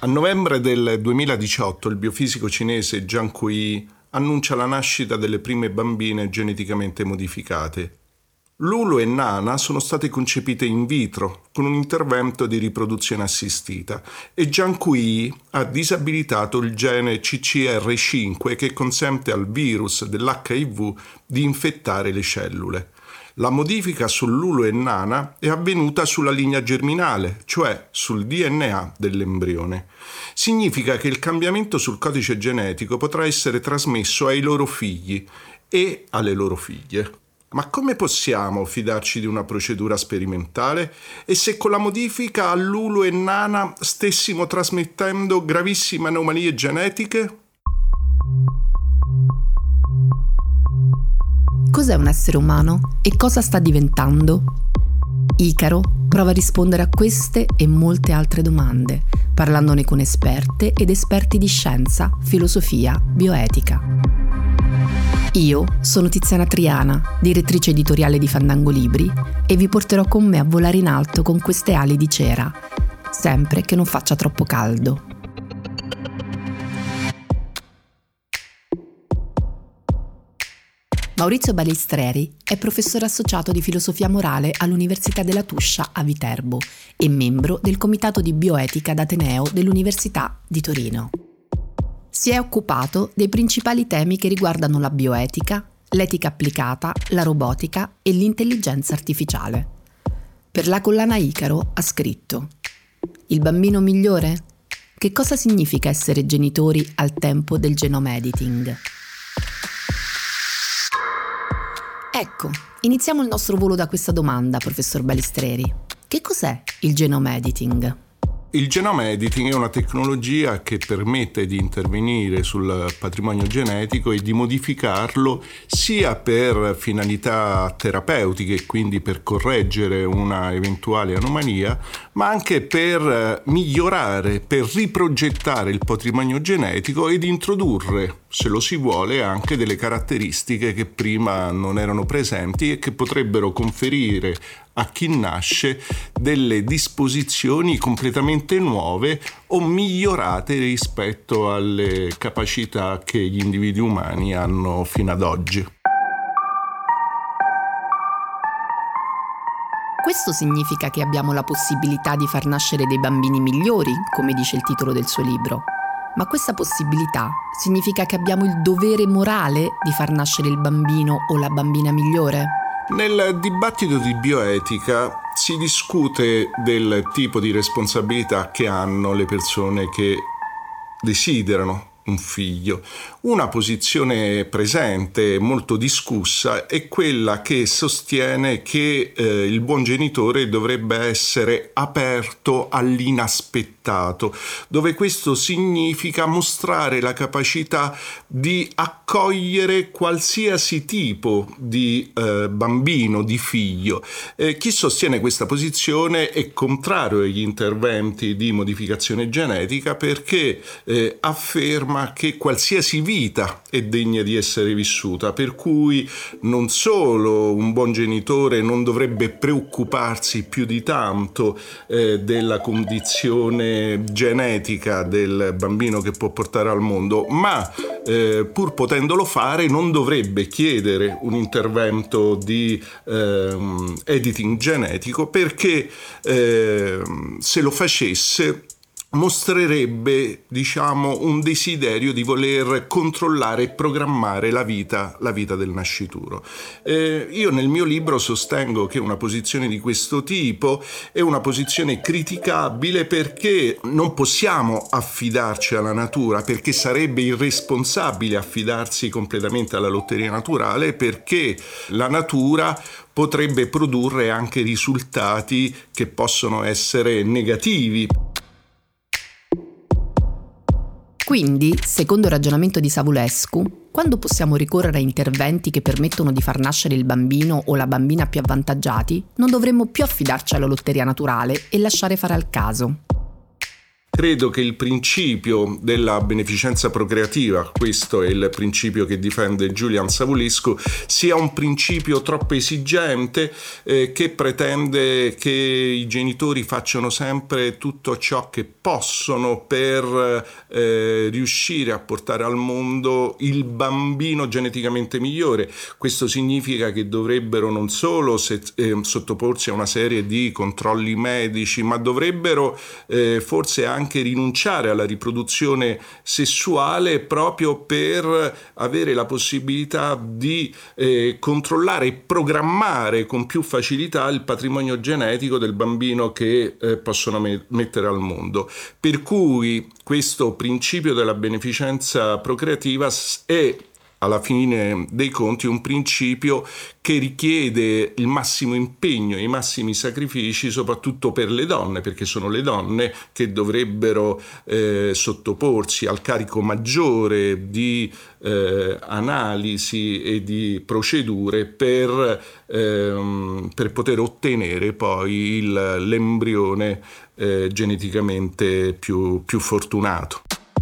A novembre del 2018 il biofisico cinese Zhang Kui annuncia la nascita delle prime bambine geneticamente modificate. Lulu e Nana sono state concepite in vitro con un intervento di riproduzione assistita e Zhang Kui ha disabilitato il gene CCR5 che consente al virus dell'HIV di infettare le cellule. La modifica su Lulu e Nana è avvenuta sulla linea germinale, cioè sul DNA dell'embrione. Significa che il cambiamento sul codice genetico potrà essere trasmesso ai loro figli e alle loro figlie. Ma come possiamo fidarci di una procedura sperimentale? E se con la modifica a Lulu e Nana stessimo trasmettendo gravissime anomalie genetiche? Cos'è un essere umano e cosa sta diventando? Icaro prova a rispondere a queste e molte altre domande, parlandone con esperte ed esperti di scienza, filosofia, bioetica. Io sono Tiziana Triana, direttrice editoriale di Fandango Libri, e vi porterò con me a volare in alto con queste ali di cera, sempre che non faccia troppo caldo. Maurizio Balistreri è professore associato di filosofia morale all'Università della Tuscia a Viterbo e membro del Comitato di Bioetica d'Ateneo dell'Università di Torino. Si è occupato dei principali temi che riguardano la bioetica, l'etica applicata, la robotica e l'intelligenza artificiale. Per la collana Icaro ha scritto: Il bambino migliore? Che cosa significa essere genitori al tempo del genome editing? Ecco, iniziamo il nostro volo da questa domanda, professor Balistreri. Che cos'è il genome editing? Il genome editing è una tecnologia che permette di intervenire sul patrimonio genetico e di modificarlo sia per finalità terapeutiche, quindi per correggere una eventuale anomalia, ma anche per migliorare, per riprogettare il patrimonio genetico ed introdurre, se lo si vuole, anche delle caratteristiche che prima non erano presenti e che potrebbero conferire a chi nasce delle disposizioni completamente nuove o migliorate rispetto alle capacità che gli individui umani hanno fino ad oggi. Questo significa che abbiamo la possibilità di far nascere dei bambini migliori, come dice il titolo del suo libro. Ma questa possibilità significa che abbiamo il dovere morale di far nascere il bambino o la bambina migliore? Nel dibattito di bioetica si discute del tipo di responsabilità che hanno le persone che desiderano un figlio. Una posizione presente, molto discussa, è quella che sostiene che il buon genitore dovrebbe essere aperto all'inaspettato, dove questo significa mostrare la capacità di accogliere qualsiasi tipo di bambino, di figlio. Chi sostiene questa posizione è contrario agli interventi di modificazione genetica perché afferma che qualsiasi vita è degna di essere vissuta, per cui non solo un buon genitore non dovrebbe preoccuparsi più di tanto della condizione genetica del bambino che può portare al mondo, ma pur potendolo fare non dovrebbe chiedere un intervento di editing genetico perché se lo facesse mostrerebbe, un desiderio di voler controllare e programmare la vita del nascituro. Io nel mio libro sostengo che una posizione di questo tipo è una posizione criticabile perché non possiamo affidarci alla natura, perché sarebbe irresponsabile affidarsi completamente alla lotteria naturale, perché la natura potrebbe produrre anche risultati che possono essere negativi. Quindi, secondo il ragionamento di Savulescu, quando possiamo ricorrere a interventi che permettono di far nascere il bambino o la bambina più avvantaggiati, non dovremmo più affidarci alla lotteria naturale e lasciare fare al caso. Credo che il principio della beneficenza procreativa, questo è il principio che difende Julian Savulescu, sia un principio troppo esigente che pretende che i genitori facciano sempre tutto ciò che possono per riuscire a portare al mondo il bambino geneticamente migliore. Questo significa che dovrebbero non solo sottoporsi a una serie di controlli medici, ma dovrebbero forse anche rinunciare alla riproduzione sessuale proprio per avere la possibilità di controllare e programmare con più facilità il patrimonio genetico del bambino che possono mettere al mondo. Per cui questo principio della beneficenza procreativa è alla fine dei conti un principio che richiede il massimo impegno e i massimi sacrifici, soprattutto per le donne, perché sono le donne che dovrebbero sottoporsi al carico maggiore di analisi e di procedure per poter ottenere poi l'embrione geneticamente più fortunato.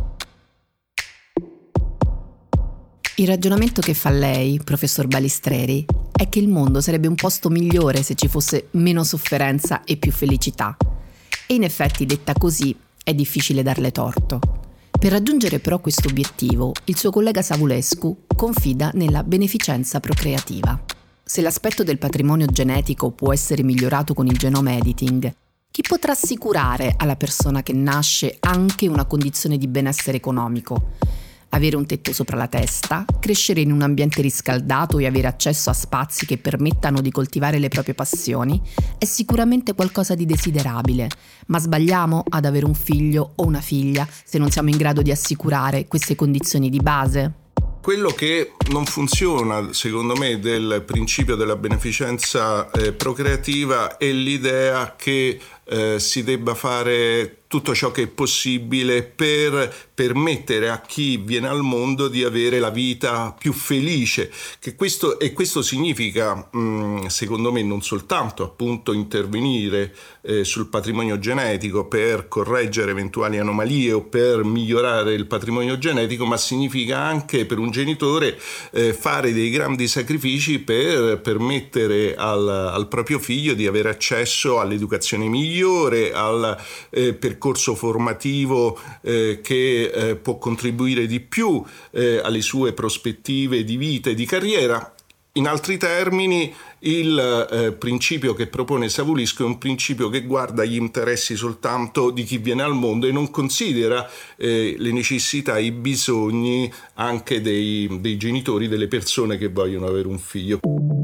Il ragionamento che fa lei, professor Balistreri, è che il mondo sarebbe un posto migliore se ci fosse meno sofferenza e più felicità. E in effetti, detta così, è difficile darle torto. Per raggiungere però questo obiettivo, il suo collega Savulescu confida nella beneficenza procreativa. Se l'aspetto del patrimonio genetico può essere migliorato con il genome editing, chi potrà assicurare alla persona che nasce anche una condizione di benessere economico? Avere un tetto sopra la testa, crescere in un ambiente riscaldato e avere accesso a spazi che permettano di coltivare le proprie passioni è sicuramente qualcosa di desiderabile, ma sbagliamo ad avere un figlio o una figlia se non siamo in grado di assicurare queste condizioni di base? Quello che non funziona, secondo me, del principio della beneficenza procreativa è l'idea che si debba fare tutto ciò che è possibile per permettere a chi viene al mondo di avere la vita più felice, questo significa, secondo me, non soltanto appunto intervenire sul patrimonio genetico per correggere eventuali anomalie o per migliorare il patrimonio genetico, ma significa anche per un genitore fare dei grandi sacrifici per permettere al proprio figlio di avere accesso all'educazione migliore, al percorso formativo che può contribuire di più alle sue prospettive di vita e di carriera. In altri termini, il principio che propone Savulescu è un principio che guarda gli interessi soltanto di chi viene al mondo e non considera le necessità e i bisogni anche dei genitori, delle persone che vogliono avere un figlio.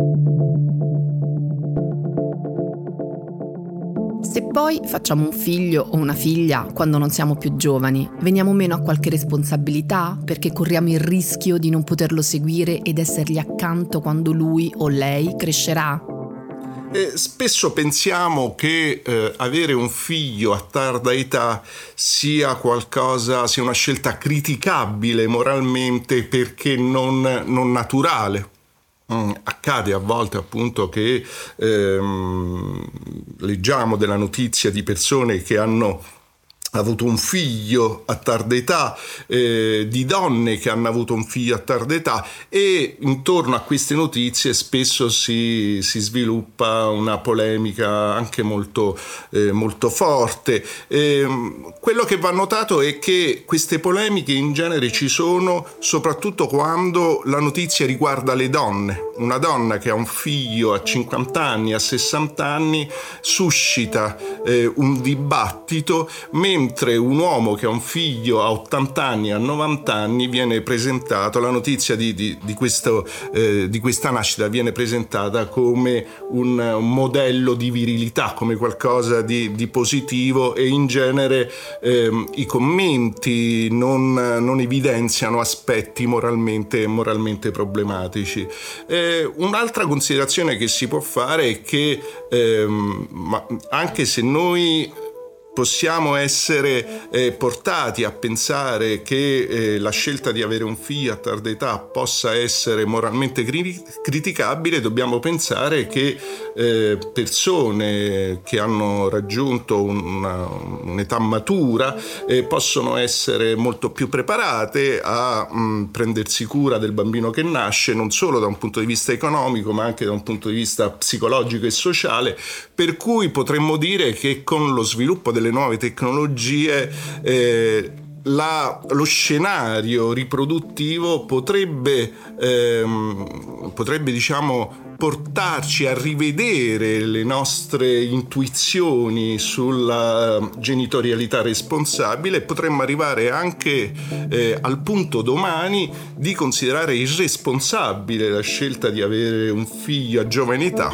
Se poi facciamo un figlio o una figlia quando non siamo più giovani, veniamo meno a qualche responsabilità perché corriamo il rischio di non poterlo seguire ed essergli accanto quando lui o lei crescerà? Spesso pensiamo che avere un figlio a tarda età sia una scelta criticabile moralmente perché non naturale. Accade a volte appunto che leggiamo della notizia di persone che hanno avuto un figlio a tarda età, di donne che hanno avuto un figlio a tarda età, e intorno a queste notizie spesso si sviluppa una polemica anche molto forte. Quello che va notato è che queste polemiche in genere ci sono soprattutto quando la notizia riguarda le donne. Una donna che ha un figlio a 50 anni, a 60 anni, suscita un dibattito, mentre un uomo che ha un figlio a 80 anni, a 90 anni, viene presentato, la notizia di questa nascita viene presentata come un modello di virilità, come qualcosa di positivo, e in genere i commenti non evidenziano aspetti moralmente problematici. Un'altra considerazione che si può fare è che anche se noi Possiamo essere portati a pensare che la scelta di avere un figlio a tarda età possa essere moralmente criticabile. Dobbiamo pensare che persone che hanno raggiunto un'età matura possono essere molto più preparate a prendersi cura del bambino che nasce, non solo da un punto di vista economico ma anche da un punto di vista psicologico e sociale, per cui potremmo dire che con lo sviluppo delle nuove tecnologie lo scenario riproduttivo potrebbe portarci a rivedere le nostre intuizioni sulla genitorialità responsabile, e potremmo arrivare anche al punto domani di considerare irresponsabile la scelta di avere un figlio a giovane età.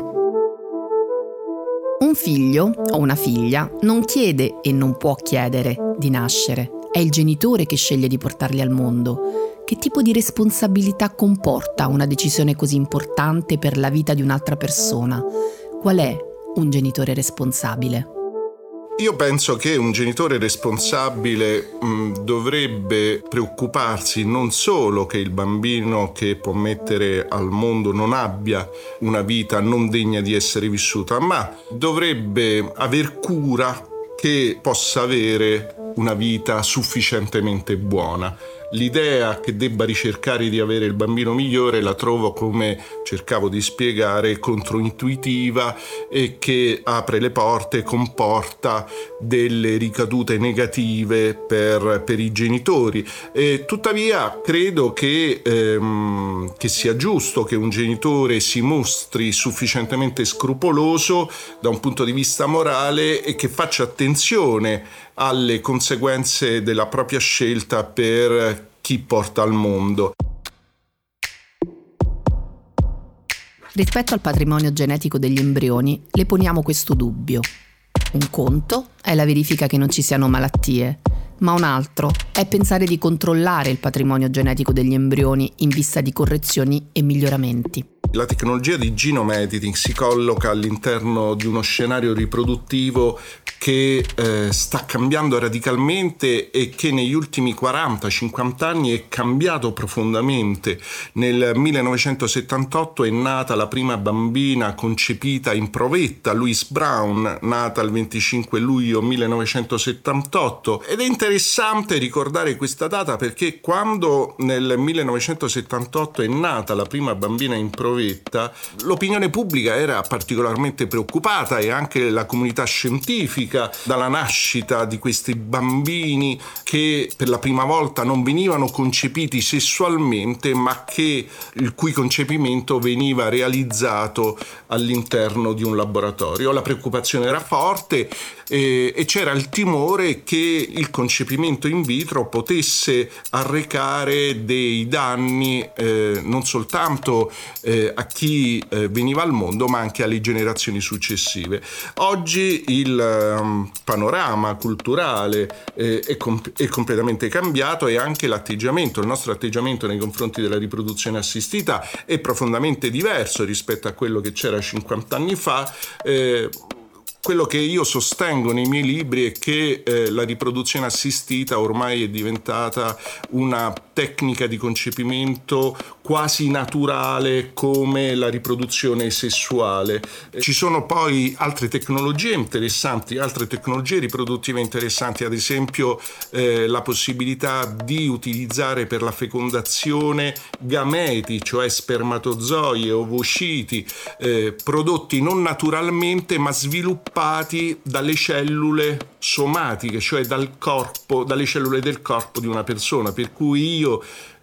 Un figlio o una figlia non chiede e non può chiedere di nascere. È il genitore che sceglie di portarli al mondo. Che tipo di responsabilità comporta una decisione così importante per la vita di un'altra persona? Qual è un genitore responsabile? Io penso che un genitore responsabile dovrebbe preoccuparsi non solo che il bambino che può mettere al mondo non abbia una vita non degna di essere vissuta, ma dovrebbe aver cura che possa avere una vita sufficientemente buona. L'idea che debba ricercare di avere il bambino migliore la trovo, come cercavo di spiegare, controintuitiva e che apre le porte, comporta delle ricadute negative per i genitori. Tuttavia credo che sia giusto che un genitore si mostri sufficientemente scrupoloso da un punto di vista morale e che faccia attenzione alle conseguenze della propria scelta per chi porta al mondo. Rispetto al patrimonio genetico degli embrioni, le poniamo questo dubbio. Un conto è la verifica che non ci siano malattie, ma un altro è pensare di controllare il patrimonio genetico degli embrioni in vista di correzioni e miglioramenti. La tecnologia di genome editing si colloca all'interno di uno scenario riproduttivo che sta cambiando radicalmente e che negli ultimi 40-50 anni è cambiato profondamente. Nel 1978 è nata la prima bambina concepita in provetta, Louise Brown, nata il 25 luglio 1978, ed è interessante ricordare questa data perché quando nel 1978 è nata la prima bambina in provetta, l'opinione pubblica era particolarmente preoccupata e anche la comunità scientifica dalla nascita di questi bambini che per la prima volta non venivano concepiti sessualmente, ma il cui concepimento veniva realizzato all'interno di un laboratorio. La preoccupazione era forte e c'era il timore che il concepimento in vitro potesse arrecare dei danni non soltanto a chi veniva al mondo, ma anche alle generazioni successive. Oggi il panorama culturale è completamente cambiato e anche il nostro atteggiamento nei confronti della riproduzione assistita è profondamente diverso rispetto a quello che c'era 50 anni fa. Quello che io sostengo nei miei libri è che la riproduzione assistita ormai è diventata una tecnica di concepimento quasi naturale come la riproduzione sessuale. Ci sono poi altre tecnologie interessanti, altre tecnologie riproduttive interessanti, ad esempio la possibilità di utilizzare per la fecondazione gameti, cioè spermatozoi e ovociti, prodotti non naturalmente ma sviluppati dalle cellule somatiche, cioè dalle cellule del corpo di una persona, per cui io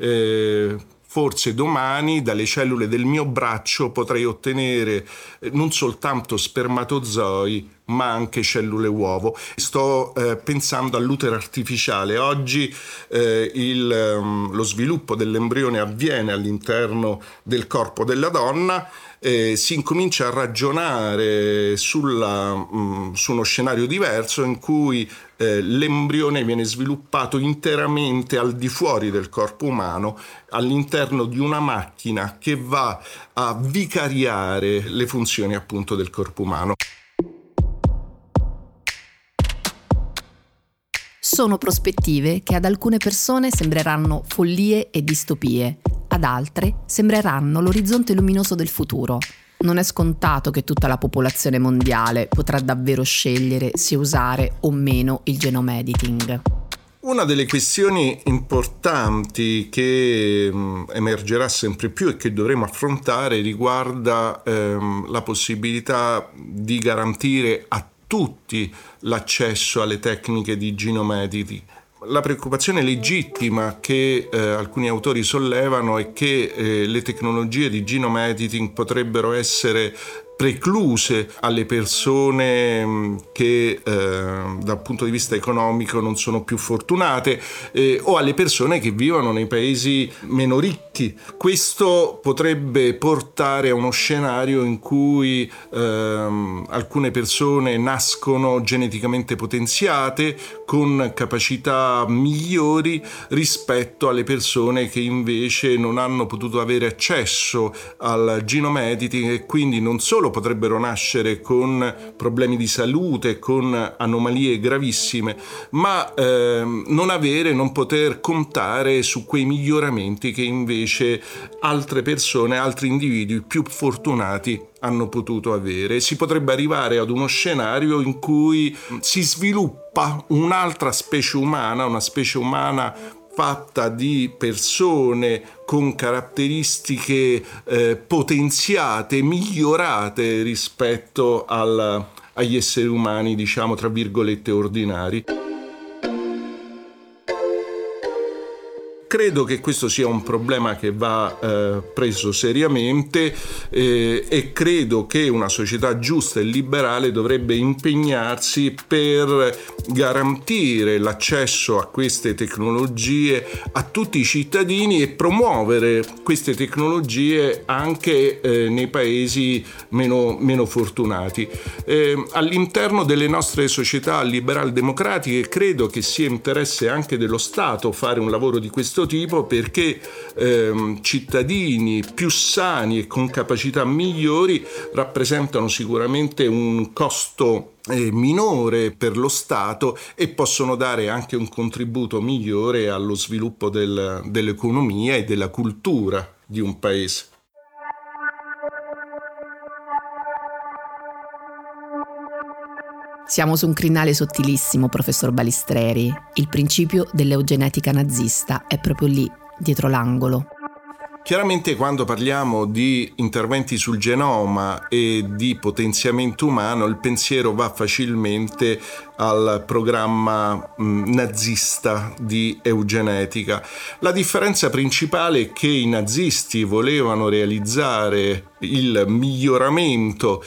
forse domani dalle cellule del mio braccio potrei ottenere non soltanto spermatozoi ma anche cellule uovo. Sto pensando all'utero artificiale. Oggi lo sviluppo dell'embrione avviene all'interno del corpo della donna. Si incomincia a ragionare su uno scenario diverso in cui l'embrione viene sviluppato interamente al di fuori del corpo umano, all'interno di una macchina che va a vicariare le funzioni appunto del corpo umano. Sono prospettive che ad alcune persone sembreranno follie e distopie, ad altre sembreranno l'orizzonte luminoso del futuro. Non è scontato che tutta la popolazione mondiale potrà davvero scegliere se usare o meno il genome editing. Una delle questioni importanti che emergerà sempre più e che dovremo affrontare riguarda la possibilità di garantire a tutti l'accesso alle tecniche di genome editing. La preoccupazione legittima che alcuni autori sollevano è che le tecnologie di genome editing potrebbero essere precluse alle persone che dal punto di vista economico non sono più fortunate o alle persone che vivono nei paesi meno ricchi. Questo potrebbe portare a uno scenario in cui alcune persone nascono geneticamente potenziate con capacità migliori rispetto alle persone che invece non hanno potuto avere accesso al genome editing e quindi non solo potrebbero nascere con problemi di salute, con anomalie gravissime, ma non poter contare su quei miglioramenti che invece altre persone, altri individui più fortunati hanno potuto avere. Si potrebbe arrivare ad uno scenario in cui si sviluppa un'altra specie umana, una specie umana fatta di persone con caratteristiche potenziate, migliorate rispetto agli esseri umani, diciamo tra virgolette, ordinari. Credo che questo sia un problema che va preso seriamente e credo che una società giusta e liberale dovrebbe impegnarsi per garantire l'accesso a queste tecnologie a tutti i cittadini e promuovere queste tecnologie anche nei paesi meno fortunati. All'interno delle nostre società liberal-democratiche credo che sia interesse anche dello Stato fare un lavoro di questo tipo, perché cittadini più sani e con capacità migliori rappresentano sicuramente un costo minore per lo Stato e possono dare anche un contributo migliore allo sviluppo dell'economia e della cultura di un paese. Siamo su un crinale sottilissimo, professor Balistreri. Il principio dell'eugenetica nazista è proprio lì, dietro l'angolo. Chiaramente quando parliamo di interventi sul genoma e di potenziamento umano, il pensiero va facilmente al programma nazista di eugenetica. La differenza principale è che i nazisti volevano realizzare il miglioramento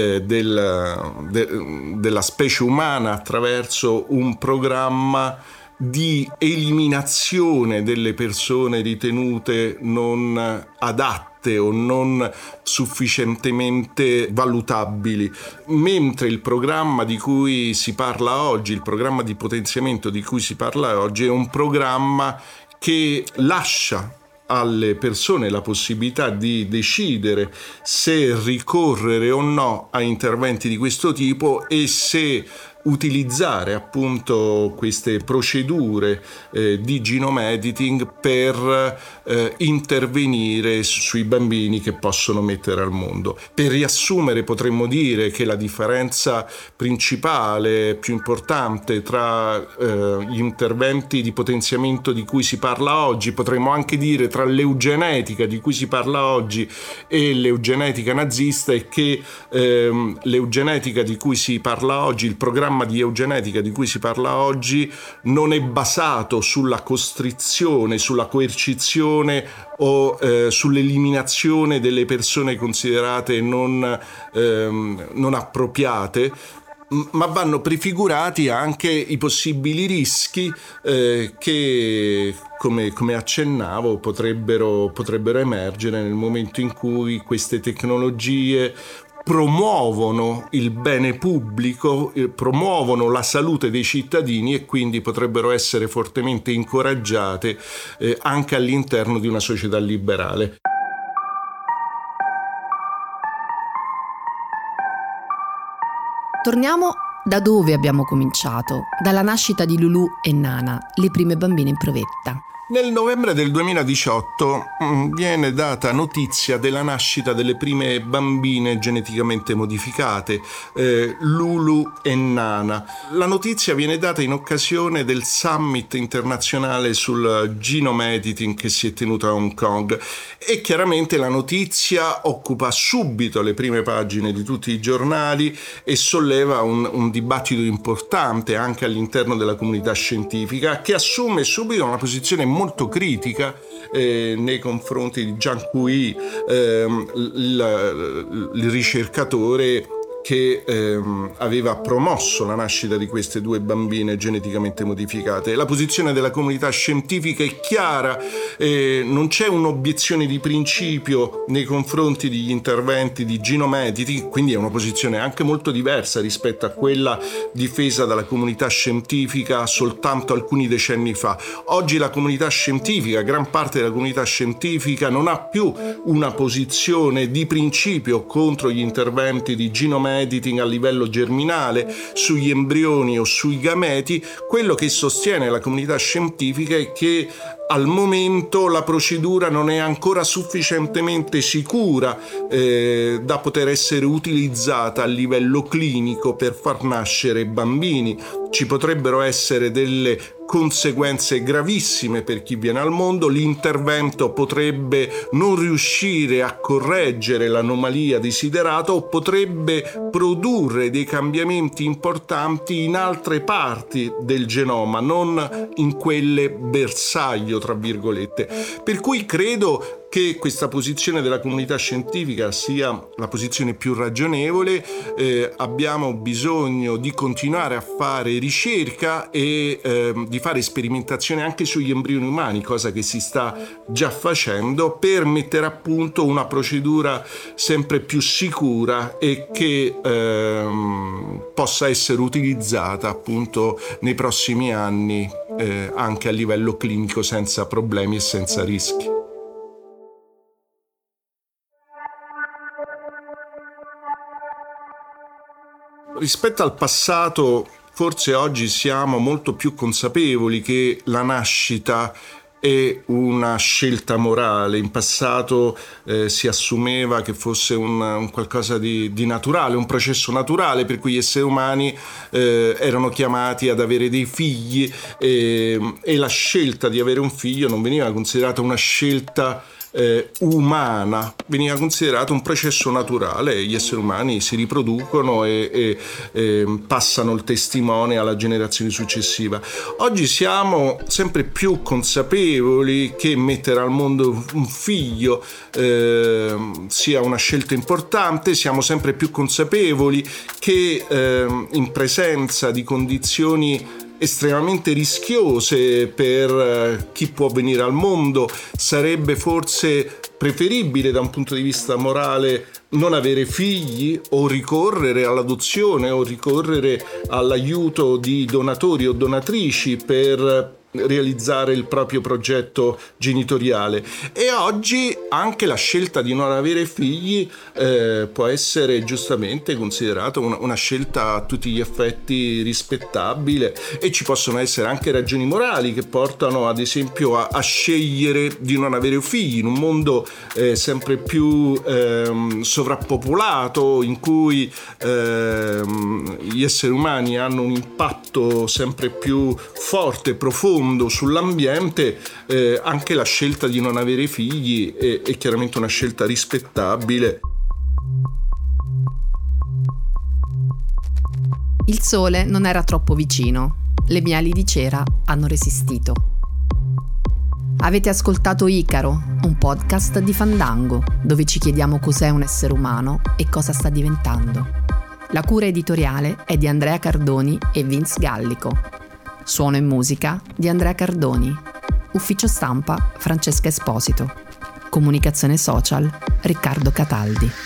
della specie umana attraverso un programma di eliminazione delle persone ritenute non adatte o non sufficientemente valutabili, mentre il programma di cui si parla oggi, il programma di potenziamento di cui si parla oggi, è un programma che lascia alle persone la possibilità di decidere se ricorrere o no a interventi di questo tipo e se utilizzare appunto queste procedure di genome editing per intervenire sui bambini che possono mettere al mondo. Per riassumere potremmo dire che la differenza principale, più importante tra gli interventi di potenziamento di cui si parla oggi, potremmo anche dire tra l'eugenetica di cui si parla oggi e l'eugenetica nazista, è che l'eugenetica di cui si parla oggi, il programma di eugenetica di cui si parla oggi, non è basato sulla costrizione, sulla coercizione o sull'eliminazione delle persone considerate non appropriate, ma vanno prefigurati anche i possibili rischi che, come accennavo, potrebbero emergere nel momento in cui queste tecnologie promuovono il bene pubblico, promuovono la salute dei cittadini e quindi potrebbero essere fortemente incoraggiate anche all'interno di una società liberale. Torniamo Da dove abbiamo cominciato? Dalla nascita di Lulu e Nana, le prime bambine in provetta. Nel novembre del 2018 viene data notizia della nascita delle prime bambine geneticamente modificate, Lulu e Nana. La notizia viene data in occasione del Summit internazionale sul genome editing che si è tenuto a Hong Kong e chiaramente la notizia occupa subito le prime pagine di tutti i giornali e solleva un dibattito importante anche all'interno della comunità scientifica, che assume subito una posizione molto critica nei confronti di Zhang Hui, il ricercatore che aveva promosso la nascita di queste due bambine geneticamente modificate. La posizione della comunità scientifica è chiara, non c'è un'obiezione di principio nei confronti degli interventi di genome editing, quindi è una posizione anche molto diversa rispetto a quella difesa dalla comunità scientifica soltanto alcuni decenni fa. Oggi la comunità scientifica, gran parte della comunità scientifica, non ha più una posizione di principio contro gli interventi di genome editing a livello germinale sugli embrioni o sui gameti. Quello che sostiene la comunità scientifica è che al momento la procedura non è ancora sufficientemente sicura da poter essere utilizzata a livello clinico per far nascere bambini. Ci potrebbero essere delle conseguenze gravissime per chi viene al mondo, l'intervento potrebbe non riuscire a correggere l'anomalia desiderata o potrebbe produrre dei cambiamenti importanti in altre parti del genoma, non in quelle bersaglio, tra virgolette. Per cui credo che questa posizione della comunità scientifica sia la posizione più ragionevole. Abbiamo bisogno di continuare a fare ricerca e di fare sperimentazione anche sugli embrioni umani, cosa che si sta già facendo, per mettere a punto una procedura sempre più sicura e che possa essere utilizzata appunto nei prossimi anni anche a livello clinico senza problemi e senza rischi. Rispetto al passato, forse oggi siamo molto più consapevoli che la nascita è una scelta morale. In passato si assumeva che fosse un qualcosa di naturale, un processo naturale per cui gli esseri umani erano chiamati ad avere dei figli e la scelta di avere un figlio non veniva considerata una scelta umana, veniva considerato un processo naturale. Gli esseri umani si riproducono e passano il testimone alla generazione successiva. Oggi siamo sempre più consapevoli che mettere al mondo un figlio sia una scelta importante, siamo sempre più consapevoli che in presenza di condizioni estremamente rischiose per chi può venire al mondo sarebbe forse preferibile da un punto di vista morale non avere figli o ricorrere all'adozione o ricorrere all'aiuto di donatori o donatrici per realizzare il proprio progetto genitoriale. E oggi anche la scelta di non avere figli può essere giustamente considerata una scelta a tutti gli effetti rispettabile, e ci possono essere anche ragioni morali che portano ad esempio a scegliere di non avere figli in un mondo sempre più sovrappopolato, in cui gli esseri umani hanno un impatto sempre più forte, profondo sull'ambiente. Anche la scelta di non avere figli è chiaramente una scelta rispettabile. Il sole non era troppo vicino, le miali di cera hanno resistito. Avete ascoltato Icaro, un podcast di Fandango, dove ci chiediamo cos'è un essere umano e cosa sta diventando. La cura editoriale è di Andrea Cardoni e Vince Gallico. Suono e musica di Andrea Cardoni. Ufficio stampa Francesca Esposito. Comunicazione social Riccardo Cataldi.